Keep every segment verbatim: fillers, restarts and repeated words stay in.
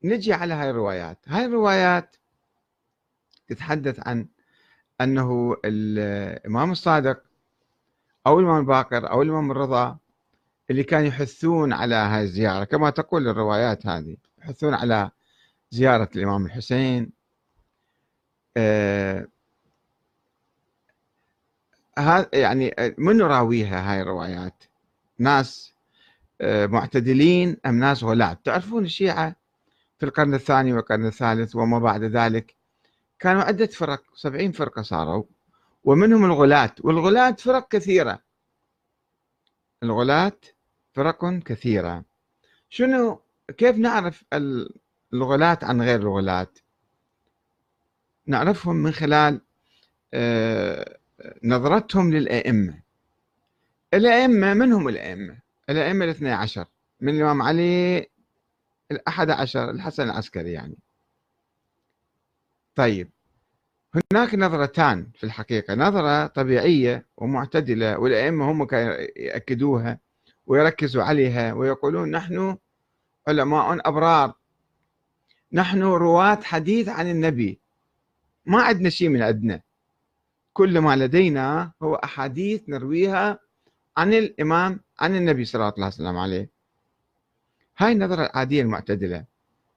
نجي على هاي الروايات. هاي الروايات تتحدث عن أنه الإمام الصادق أو الإمام الباقر أو الإمام الرضا اللي كانوا يحثون على هاي الزيارة، كما تقول الروايات هذه، يحثون على زيارة الإمام الحسين. آه هذا يعني من يراويها هاي الروايات؟ ناس آه معتدلين أم ناس غلاة؟ تعرفون الشيعة في القرن الثاني والقرن الثالث وما بعد ذلك كانوا عدة فرق، سبعين فرقة صاروا، ومنهم الغلاة، والغلاة فرق كثيرة، الغلاة فرق كثيرة. شنو كيف نعرف الغلاة عن غير الغلاة؟ نعرفهم من خلال آه نظرتهم للأئمة. الأئمة من هم الأئمة؟ الأئمة الاثنى عشر، من الإمام علي الأحد عشر الحسن العسكري يعني. طيب، هناك نظرتان في الحقيقة، نظرة طبيعية ومعتدلة، والأئمة هم يأكدوها ويركزوا عليها ويقولون نحن علماء أبرار، نحن رواة حديث عن النبي، ما عندنا شيء من عندنا، كل ما لدينا هو أحاديث نرويها عن الإمام عن النبي صلى الله عليه وسلم عليه. هاي النظرة العادية المعتدلة.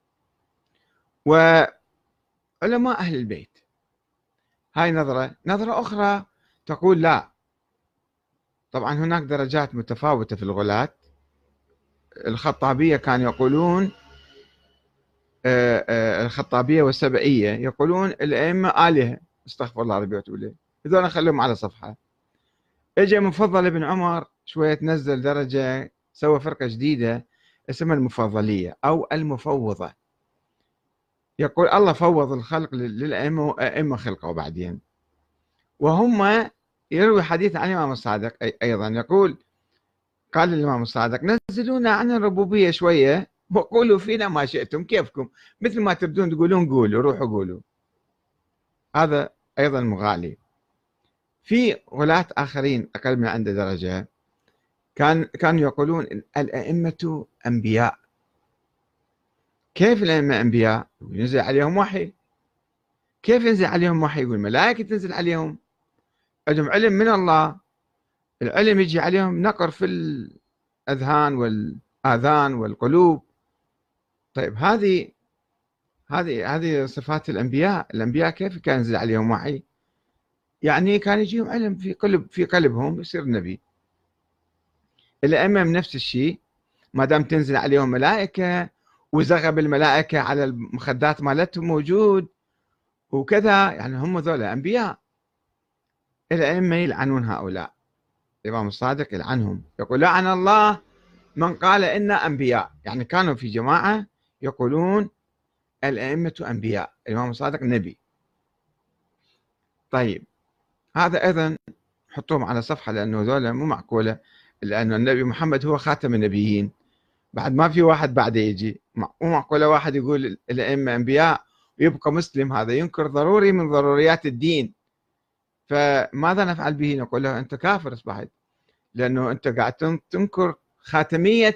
وعلماء أهل البيت هاي نظرة. نظرة أخرى تقول لا، طبعا هناك درجات متفاوتة في الغلاة. الخطابية كانوا يقولون آه، آه، الخطابية والسبعية يقولون الأئمة آلهة، استغفر الله ربي واتوب إليه، هذول نخليهم على صفحة. اجى مفضل بن عمر شوية تنزل درجة، سوى فرقة جديدة اسمها المفضلية أو المفوضة، يقول الله فوض الخلق للأئمة وأئمة خلقه بعدين. وهم يروي حديث عن الإمام الصادق أيضا، يقول قال الإمام الصادق نزلونا عن الربوبية شوية وقولوا فينا ما شئتم، كيفكم مثل ما تبدون تقولون قولوا، روحوا قولوا. هذا أيضا مغالي. في غلاة آخرين أقل من عنده درجة كان كانوا يقولون الأئمة أنبياء. كيف الأئمة أنبياء؟ ينزل عليهم وحي. كيف ينزل عليهم وحي؟ يقول الملائكة تنزل عليهم، عندهم علم من الله، العلم يجي عليهم نقر في الأذهان والآذان والقلوب. طيب هذه هذه هذه صفات الأنبياء. الأنبياء كيف كان ينزل عليهم وحي؟ يعني كان يجيهم علم في قلب في قلبهم يصير نبي. الأئمة نفس الشيء، ما دام تنزل عليهم ملائكة وزغب الملائكة على المخدات مالتهم موجود وكذا، يعني هم ذولا أنبياء. الأئمة يلعنون هؤلاء، الإمام الصادق يلعنهم، يقول لعن الله من قال إنا أنبياء. يعني كانوا في جماعة يقولون الأئمة أنبياء، الإمام الصادق نبي. طيب هذا أيضا حطوهم على صفحة، لأنه ذولا مو معقولة، لأن النبي محمد هو خاتم النبيين، بعد ما في واحد بعده يجي، مو معقولة واحد يقول الأئمة أنبياء ويبقى مسلم، هذا ينكر ضروري من ضروريات الدين. فماذا نفعل به؟ نقول له أنت كافر أصبحت، لأنه أنت قاعد تنكر خاتمية